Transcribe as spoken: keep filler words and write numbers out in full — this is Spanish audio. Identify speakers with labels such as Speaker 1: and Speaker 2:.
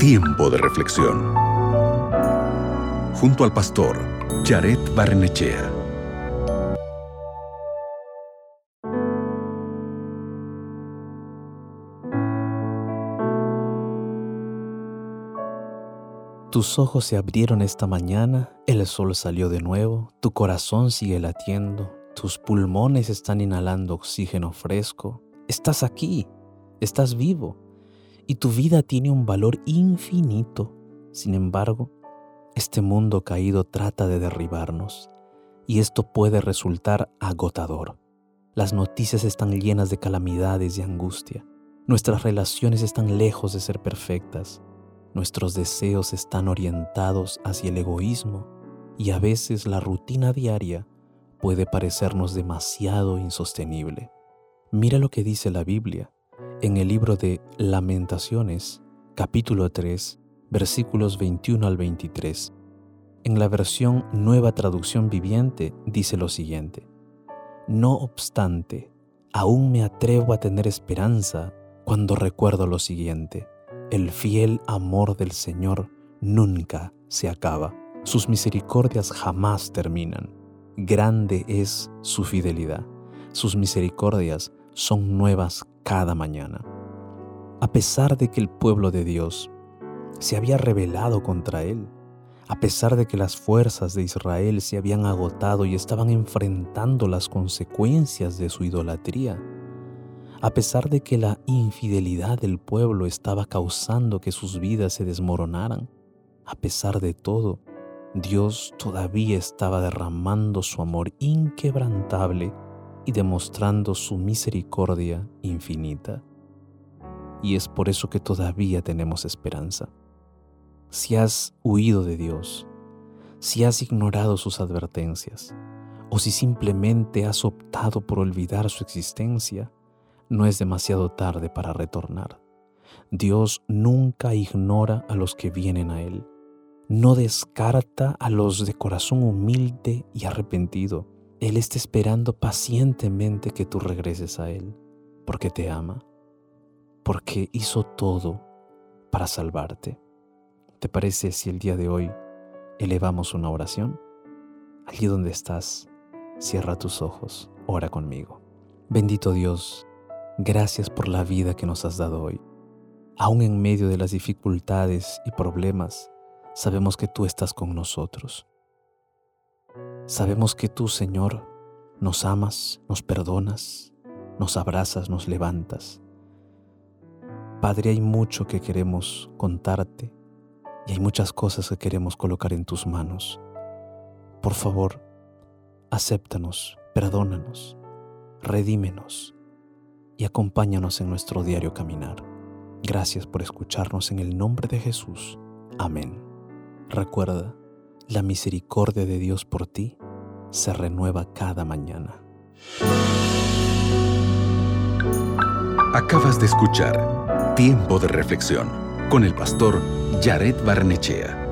Speaker 1: Tiempo de reflexión. Junto al pastor Jared Barrenechea.
Speaker 2: Tus ojos se abrieron esta mañana, el sol salió de nuevo, tu corazón sigue latiendo, tus pulmones están inhalando oxígeno fresco. Estás aquí, estás vivo y tu vida tiene un valor infinito. Sin embargo, este mundo caído trata de derribarnos y esto puede resultar agotador. Las noticias están llenas de calamidades y angustia. Nuestras relaciones están lejos de ser perfectas. Nuestros deseos están orientados hacia el egoísmo y a veces la rutina diaria puede parecernos demasiado insostenible. Mira lo que dice la Biblia en el libro de Lamentaciones, capítulo tres, versículos veintiuno al veintitrés. En la versión Nueva Traducción Viviente dice lo siguiente: No obstante, aún me atrevo a tener esperanza cuando recuerdo lo siguiente. El fiel amor del Señor nunca se acaba. Sus misericordias jamás terminan. Grande es su fidelidad. Sus misericordias son nuevas cada mañana. A pesar de que el pueblo de Dios se había rebelado contra él, a pesar de que las fuerzas de Israel se habían agotado y estaban enfrentando las consecuencias de su idolatría, a pesar de que la infidelidad del pueblo estaba causando que sus vidas se desmoronaran, a pesar de todo, Dios todavía estaba derramando su amor inquebrantable y demostrando su misericordia infinita. Y es por eso que todavía tenemos esperanza. Si has huido de Dios, si has ignorado sus advertencias, o si simplemente has optado por olvidar su existencia, no es demasiado tarde para retornar. Dios nunca ignora a los que vienen a Él. No descarta a los de corazón humilde y arrepentido. Él está esperando pacientemente que tú regreses a Él, porque te ama, porque hizo todo para salvarte. ¿Te parece si el día de hoy elevamos una oración? Allí donde estás, cierra tus ojos, ora conmigo. Bendito Dios, gracias por la vida que nos has dado hoy. Aún en medio de las dificultades y problemas, sabemos que tú estás con nosotros. Sabemos que tú, Señor, nos amas, nos perdonas, nos abrazas, nos levantas. Padre, hay mucho que queremos contarte y hay muchas cosas que queremos colocar en tus manos. Por favor, acéptanos, perdónanos, redímenos y acompáñanos en nuestro diario caminar. Gracias por escucharnos en el nombre de Jesús. Amén. Recuerda, la misericordia de Dios por ti se renueva cada mañana.
Speaker 1: Acabas de escuchar Tiempo de Reflexión con el pastor Jared Barrenechea.